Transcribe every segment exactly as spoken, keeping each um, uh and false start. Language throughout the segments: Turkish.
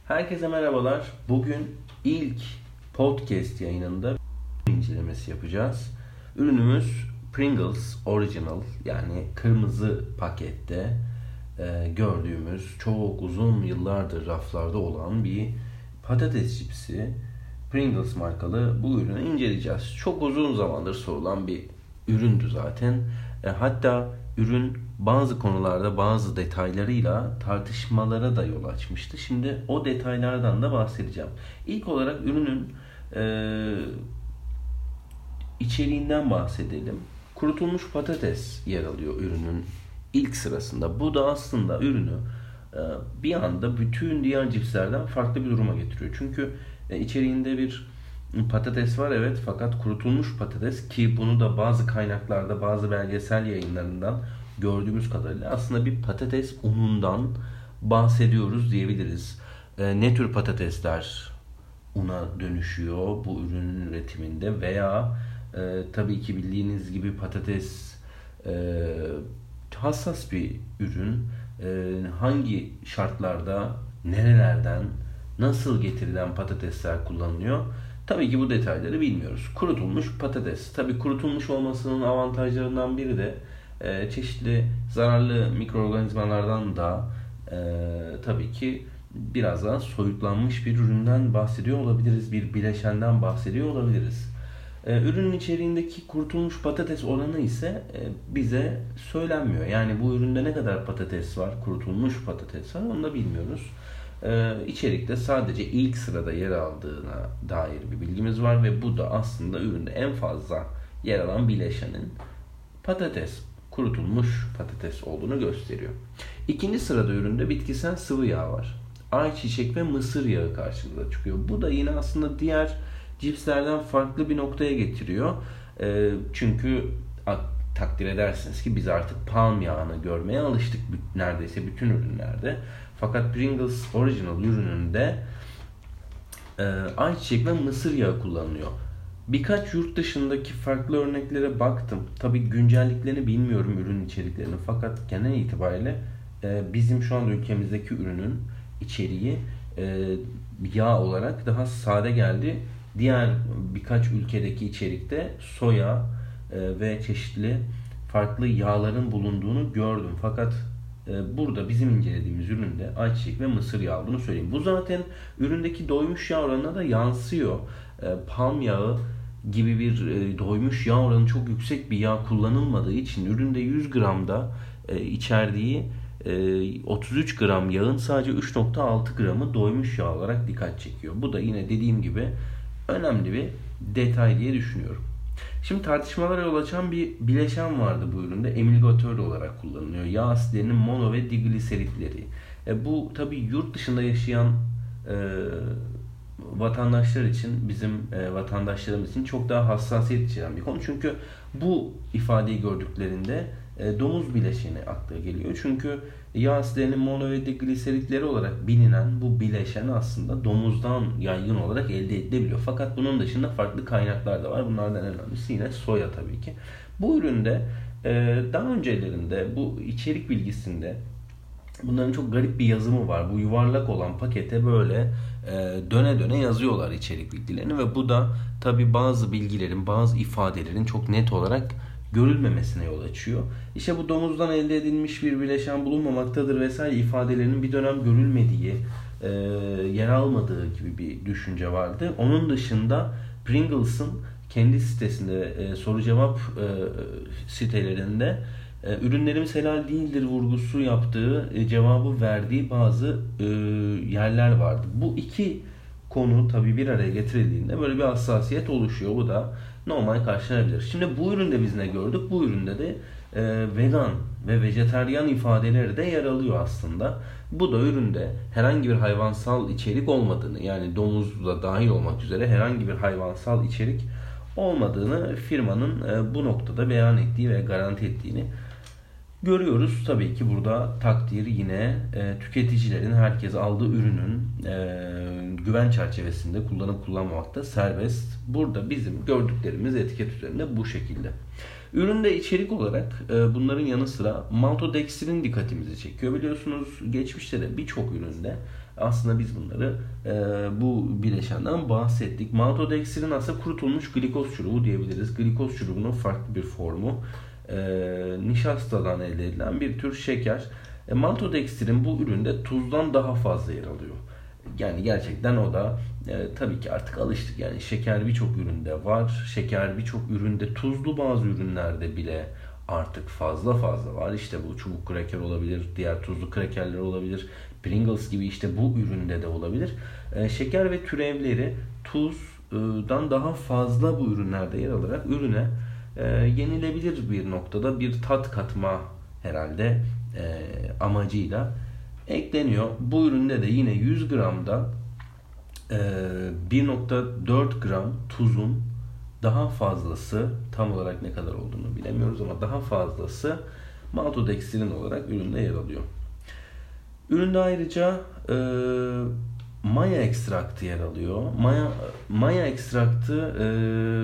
Herkese merhabalar. Bugün ilk podcast yayınında incelemesi yapacağız. Ürünümüz Pringles Original, yani kırmızı pakette e, gördüğümüz çok uzun yıllardır raflarda olan bir patates cipsi. Pringles markalı bu ürünü inceleyeceğiz. Çok uzun zamandır sorulan bir üründü zaten. E, hatta ürün bazı konularda bazı detaylarıyla tartışmalara da yol açmıştı. Şimdi o detaylardan da bahsedeceğim. İlk olarak ürünün e, içeriğinden bahsedelim. Kurutulmuş patates yer alıyor ürünün ilk sırasında. Bu da aslında ürünü e, bir anda bütün diğer cipslerden farklı bir duruma getiriyor. Çünkü e, içeriğinde bir patates var, evet, fakat kurutulmuş patates, ki bunu da bazı kaynaklarda, bazı belgesel yayınlarından gördüğümüz kadarıyla aslında bir patates unundan bahsediyoruz diyebiliriz. E, ne tür patatesler una dönüşüyor bu ürünün üretiminde veya e, tabii ki bildiğiniz gibi patates e, hassas bir ürün. E, hangi şartlarda, nerelerden, nasıl getirilen patatesler kullanılıyor? Tabii ki bu detayları bilmiyoruz. Kurutulmuş patates. Tabii kurutulmuş olmasının avantajlarından biri de e, çeşitli zararlı mikroorganizmalardan da e, tabii ki biraz daha soyutlanmış bir üründen bahsediyor olabiliriz. Bir bileşenden bahsediyor olabiliriz. E, ürünün içeriğindeki kurutulmuş patates oranı ise e, bize söylenmiyor. Yani bu üründe ne kadar patates var, kurutulmuş patates var, onu da bilmiyoruz. Ee, içerikte sadece ilk sırada yer aldığına dair bir bilgimiz var ve bu da aslında üründe en fazla yer alan bileşenin patates, kurutulmuş patates olduğunu gösteriyor. İkinci sırada üründe bitkisel sıvı yağ var. Ayçiçek ve mısır yağı karşımıza çıkıyor. Bu da yine aslında diğer cipslerden farklı bir noktaya getiriyor. Ee, çünkü takdir edersiniz ki biz artık palm yağını görmeye alıştık neredeyse bütün ürünlerde. Fakat Pringles Original ürününde e, ayçiçek ve mısır yağı kullanılıyor. Birkaç yurt dışındaki farklı örneklere baktım. Tabii güncelliklerini bilmiyorum ürün içeriklerini. Fakat genel itibariyle e, bizim şu anda ülkemizdeki ürünün içeriği e, yağ olarak daha sade geldi. Diğer birkaç ülkedeki içerikte soya e, ve çeşitli farklı yağların bulunduğunu gördüm. Fakat burada bizim incelediğimiz üründe ayçiçek ve mısır yağı olduğunu söyleyeyim. Bu zaten üründeki doymuş yağ oranına da yansıyor. Palm yağı gibi bir doymuş yağ oranı çok yüksek bir yağ kullanılmadığı için üründe yüz gramda içerdiği otuz üç gram yağın sadece üç nokta altı gramı doymuş yağ olarak dikkat çekiyor. Bu da yine dediğim gibi önemli bir detay diye düşünüyorum. Şimdi tartışmalara yol açan bir bileşen vardı bu üründe. Emilgatör olarak kullanılıyor. Yağ asitlerinin mono ve digliseritleri. E, bu tabii yurt dışında yaşayan e, vatandaşlar için, bizim e, vatandaşlarımız için çok daha hassasiyet içeren bir konu. Çünkü bu ifadeyi gördüklerinde e, domuz bileşeni akla geliyor. Çünkü yağ asitlerinin mono ve digliseritleri olarak bilinen bu bileşen aslında domuzdan yaygın olarak elde edilebiliyor. Fakat bunun dışında farklı kaynaklar da var. Bunlardan en önemlisi yine soya tabii ki. Bu üründe e, daha öncelerinde bu içerik bilgisinde bunların çok garip bir yazımı var. Bu yuvarlak olan pakete böyle e, döne döne yazıyorlar içerik bilgilerini ve bu da tabii bazı bilgilerin, bazı ifadelerin çok net olarak görülmemesine yol açıyor. İşte bu domuzdan elde edilmiş bir bileşen bulunmamaktadır vesaire ifadelerinin bir dönem görülmediği, e, yer almadığı gibi bir düşünce vardı. Onun dışında Pringles'ın kendi sitesinde, e, soru cevap e, sitelerinde e, ürünlerimiz helal değildir vurgusu yaptığı, e, cevabı verdiği bazı e, yerler vardı. Bu iki konu tabii bir araya getirildiğinde böyle bir hassasiyet oluşuyor. Bu da normal karşılanabilir. Şimdi bu üründe biz ne gördük? Bu üründe de e, vegan ve vejetaryen ifadeleri de yer alıyor aslında. Bu da üründe herhangi bir hayvansal içerik olmadığını, yani domuz da dahil olmak üzere herhangi bir hayvansal içerik olmadığını firmanın e, bu noktada beyan ettiği ve garanti ettiğini görüyoruz. Tabii ki burada takdir yine e, tüketicilerin, herkes aldığı ürünün e, güven çerçevesinde kullanıp kullanmamakta serbest. Burada bizim gördüklerimiz etiket üzerinde bu şekilde. Üründe içerik olarak e, bunların yanı sıra maltodextrin dikkatimizi çekiyor. Biliyorsunuz geçmişte de birçok üründe Aslında biz bunları e, bu bileşenden bahsettik. Maltodextrin aslında kurutulmuş glikoz çubuğu diyebiliriz. Glikoz çubuğunun farklı bir formu. E, nişastadan elde edilen bir tür şeker. E, maltodextrin bu üründe tuzdan daha fazla yer alıyor. Yani gerçekten o da e, tabii ki artık alıştık. Yani şeker birçok üründe var. Şeker birçok üründe, tuzlu bazı ürünlerde bile artık fazla fazla var. İşte bu çubuk kraker olabilir, diğer tuzlu krakerler olabilir. Pringles gibi işte bu üründe de olabilir. E, şeker ve türevleri tuzdan daha fazla bu ürünlerde yer alarak ürüne e, yenilebilir bir noktada bir tat katma herhalde e, amacıyla ekleniyor. Bu üründe de yine yüz gramda e, bir nokta dört gram tuzun daha fazlası, tam olarak ne kadar olduğunu bilemiyoruz ama daha fazlası maltodextrin olarak üründe yer alıyor. Üründe ayrıca e, maya ekstraktı yer alıyor. Maya, maya ekstraktı e,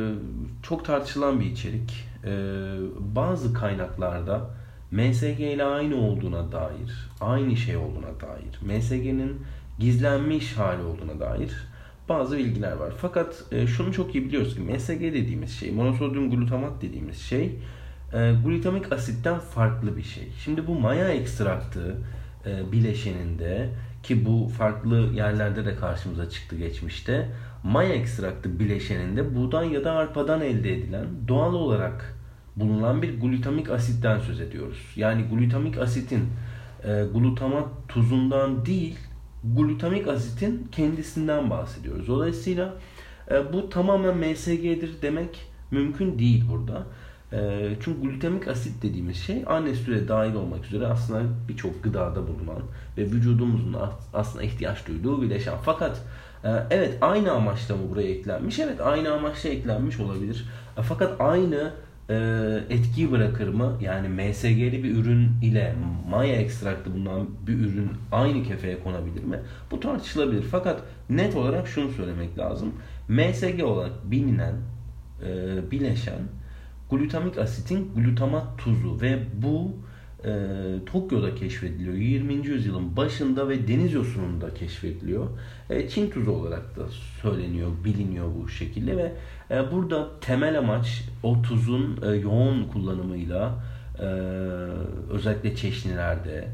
çok tartışılan bir içerik. E, bazı kaynaklarda M S G ile aynı olduğuna dair, aynı şey olduğuna dair, M S G'nin gizlenmiş hali olduğuna dair bazı bilgiler var. Fakat e, şunu çok iyi biliyoruz ki M S G dediğimiz şey, monosodyum glutamat dediğimiz şey e, glutamik asitten farklı bir şey. Şimdi bu maya ekstraktı e, bileşeninde, ki bu farklı yerlerde de karşımıza çıktı geçmişte, maya ekstraktı bileşeninde buğday ya da arpadan elde edilen doğal olarak bulunan bir glutamik asitten söz ediyoruz. Yani glutamik asitin e, glutamat tuzundan değil, glutamik asitin kendisinden bahsediyoruz. Dolayısıyla e, bu tamamen M S G'dir demek mümkün değil burada. E, çünkü glutamik asit dediğimiz şey anne sütüne dahil olmak üzere aslında birçok gıdada bulunan ve vücudumuzun aslında ihtiyaç duyduğu bileşen. Fakat e, evet, aynı amaçla mı buraya eklenmiş? Evet, aynı amaçla eklenmiş olabilir. E, fakat aynı etkiyi bırakır mı? Yani M S G'li bir ürün ile maya ekstraktı bulunan bir ürün aynı kefeye konabilir mi? Bu tartışılabilir. Fakat net olarak şunu söylemek lazım. M S G olarak bilinen e, bileşen glutamik asitin glutamat tuzu ve bu e, Tokyo'da keşfediliyor. yirminci yüzyılın başında ve deniz yosununda keşfediliyor. E, Çin tuzu olarak da söyleniyor, biliniyor bu şekilde ve e, burada temel amaç o tuzun e, yoğun kullanımıyla e, özellikle çeşnilerde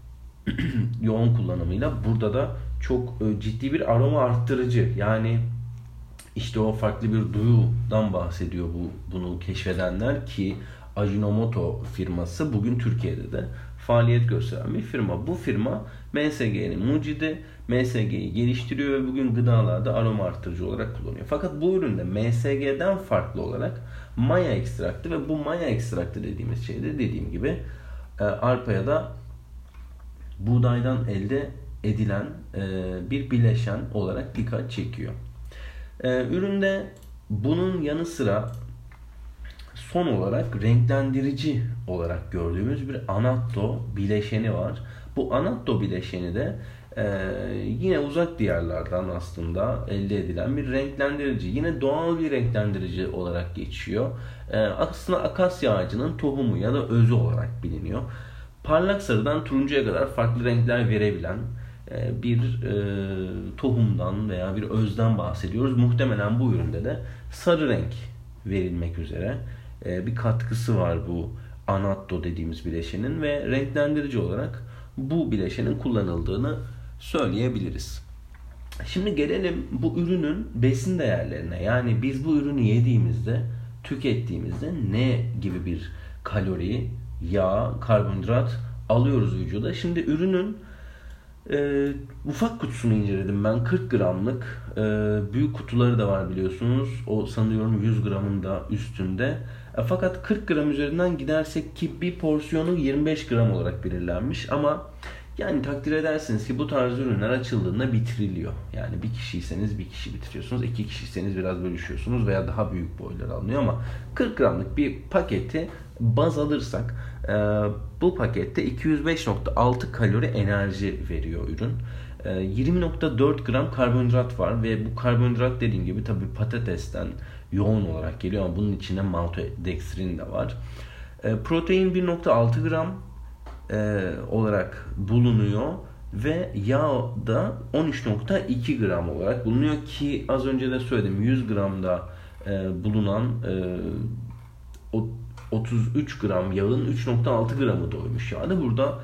yoğun kullanımıyla burada da çok e, ciddi bir aroma arttırıcı, yani işte o farklı bir duyudan bahsediyor bu bunu keşfedenler ki Ajinomoto firması bugün Türkiye'de de faaliyet gösteren bir firma. Bu firma M S G'nin mucidi, M S G'yi geliştiriyor ve bugün gıdalarda aroma arttırıcı olarak kullanıyor. Fakat bu üründe M S G'den farklı olarak maya ekstraktı ve bu maya ekstraktı dediğimiz şey de dediğim gibi arpa ya da buğdaydan elde edilen bir bileşen olarak dikkat çekiyor. Üründe bunun yanı sıra son olarak renklendirici olarak gördüğümüz bir annatto bileşeni var. Bu annatto bileşeni de e, yine uzak diyarlardan aslında elde edilen bir renklendirici. Yine doğal bir renklendirici olarak geçiyor. E, aslında akasya ağacının tohumu ya da özü olarak biliniyor. Parlak sarıdan turuncuya kadar farklı renkler verebilen e, bir e, tohumdan veya bir özden bahsediyoruz. Muhtemelen bu üründe de sarı renk verilmek üzere bir katkısı var bu annatto dediğimiz bileşenin ve renklendirici olarak bu bileşenin kullanıldığını söyleyebiliriz. Şimdi gelelim bu ürünün besin değerlerine. Yani biz bu ürünü yediğimizde, tükettiğimizde ne gibi bir kalori, yağ, karbonhidrat alıyoruz vücuda. Şimdi ürünün e, ufak kutusunu inceledim ben. kırk gramlık. E, büyük kutuları da var biliyorsunuz. O sanıyorum yüz gramın da üstünde. E, fakat kırk gram üzerinden gidersek ki bir porsiyonu yirmi beş gram olarak belirlenmiş ama yani takdir edersiniz ki bu tarz ürünler açıldığında bitiriliyor. Yani bir kişiyseniz bir kişi bitiriyorsunuz. iki kişiyseniz biraz bölüşüyorsunuz veya daha büyük boylar alınıyor ama kırk gramlık bir paketi baz alırsak e, bu pakette iki yüz beş nokta altı kalori enerji veriyor ürün. E, yirmi nokta dört gram karbonhidrat var ve bu karbonhidrat dediğim gibi tabii patatesten yoğun olarak geliyor ama bunun içinde maltodextrin de var. E, protein bir nokta altı gram e, olarak bulunuyor ve yağ da on üç nokta iki gram olarak bulunuyor ki az önce de söyledim, yüz gramda e, bulunan e, otuz üç gram yağın üç nokta altı gramı doymuş yağda. Burada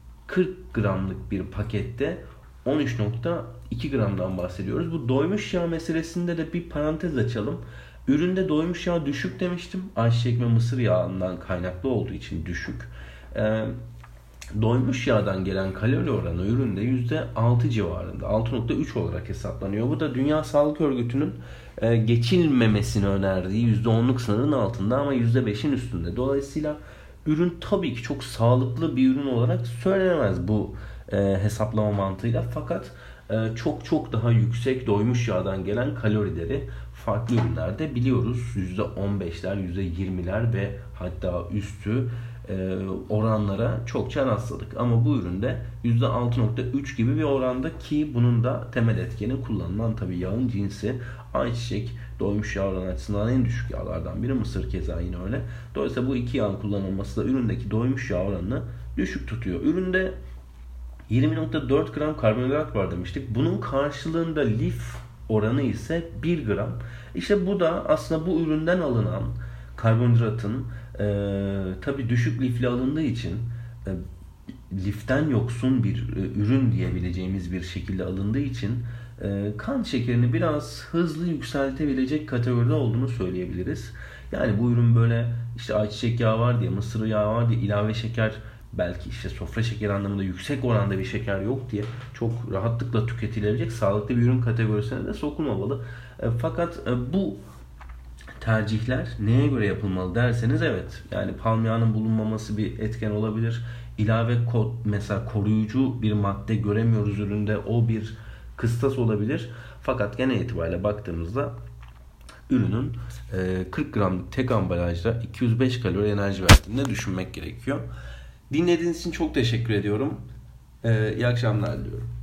kırk gramlık bir pakette on üç nokta iki gramdan bahsediyoruz. Bu doymuş yağ meselesinde de bir parantez açalım. Üründe doymuş yağ düşük demiştim. Ayçiçek ve mısır yağından kaynaklı olduğu için düşük. Ee, doymuş yağdan gelen kalori oranı üründe yüzde altı civarında. altı nokta üç olarak hesaplanıyor. Bu da Dünya Sağlık Örgütü'nün e, geçilmemesini önerdiği yüzde onluk sınırın altında ama yüzde beşin üstünde. Dolayısıyla ürün tabii ki çok sağlıklı bir ürün olarak söylenemez bu e, hesaplama mantığıyla. Fakat e, çok çok daha yüksek doymuş yağdan gelen kalorileri farklı ürünlerde biliyoruz. yüzde on beşler, yüzde yirmiler ve hatta üstü e, oranlara çokça rastladık. Ama bu üründe yüzde altı nokta üç gibi bir oranda ki bunun da temel etkeni kullanılan tabii yağın cinsi. Ayçiçek doymuş yağ oranı açısından en düşük yağlardan biri. Mısır keza yine öyle. Dolayısıyla bu iki yağın kullanılması da üründeki doymuş yağ oranını düşük tutuyor. Üründe yirmi nokta dört gram karbonhidrat var demiştik. Bunun karşılığında lif oranı ise bir gram. İşte bu da aslında bu üründen alınan karbonhidratın e, tabii düşük lifli alındığı için e, liften yoksun bir e, ürün diyebileceğimiz bir şekilde alındığı için e, kan şekerini biraz hızlı yükseltebilecek kategoride olduğunu söyleyebiliriz. Yani bu ürün böyle işte ayçiçek yağı var diye, mısır yağı var diye ilave şeker, belki işte sofra şekeri anlamında yüksek oranda bir şeker yok diye çok rahatlıkla tüketilebilecek sağlıklı bir ürün kategorisine de sokulmamalı. E, fakat e, bu tercihler neye göre yapılmalı derseniz evet, yani palm yağının bulunmaması bir etken olabilir. İlave kod, mesela koruyucu bir madde göremiyoruz üründe, o bir kıstas olabilir. Fakat genel itibariyle baktığımızda ürünün kırk gramlık tek ambalajda iki yüz beş kalori enerji verdiğini düşünmek gerekiyor. Dinlediğiniz için çok teşekkür ediyorum. İyi akşamlar diliyorum.